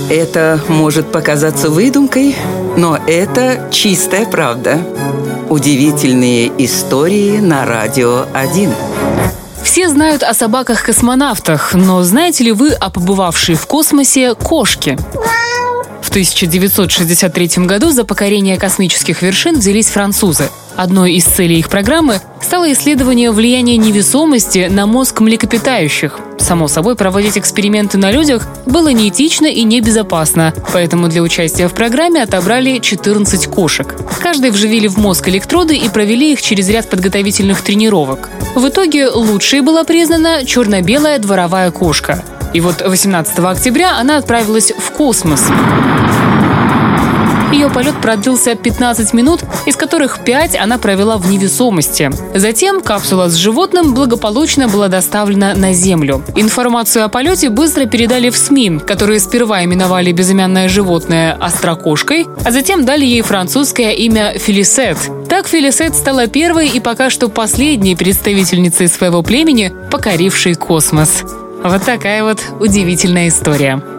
Это может показаться выдумкой, но это чистая правда. Удивительные истории на Радио 1. Все знают о собаках-космонавтах, но знаете ли вы о побывавшей в космосе кошке? В 1963 году за покорение космических вершин взялись французы. Одной из целей их программы стало исследование влияния невесомости на мозг млекопитающих. Само собой, проводить эксперименты на людях было неэтично и небезопасно, поэтому для участия в программе отобрали 14 кошек. Каждой вживили в мозг электроды и провели их через ряд подготовительных тренировок. В итоге лучшей была признана черно-белая дворовая кошка. И вот 18 октября она отправилась в космос. Ее полет продлился 15 минут, из которых 5 она провела в невесомости. Затем капсула с животным благополучно была доставлена на Землю. Информацию о полете быстро передали в СМИ, которые сперва именовали безымянное животное острокошкой, а затем дали ей французское имя Фелисет. Так Фелисет стала первой и пока что последней представительницей своего племени, покорившей космос. Вот такая вот удивительная история.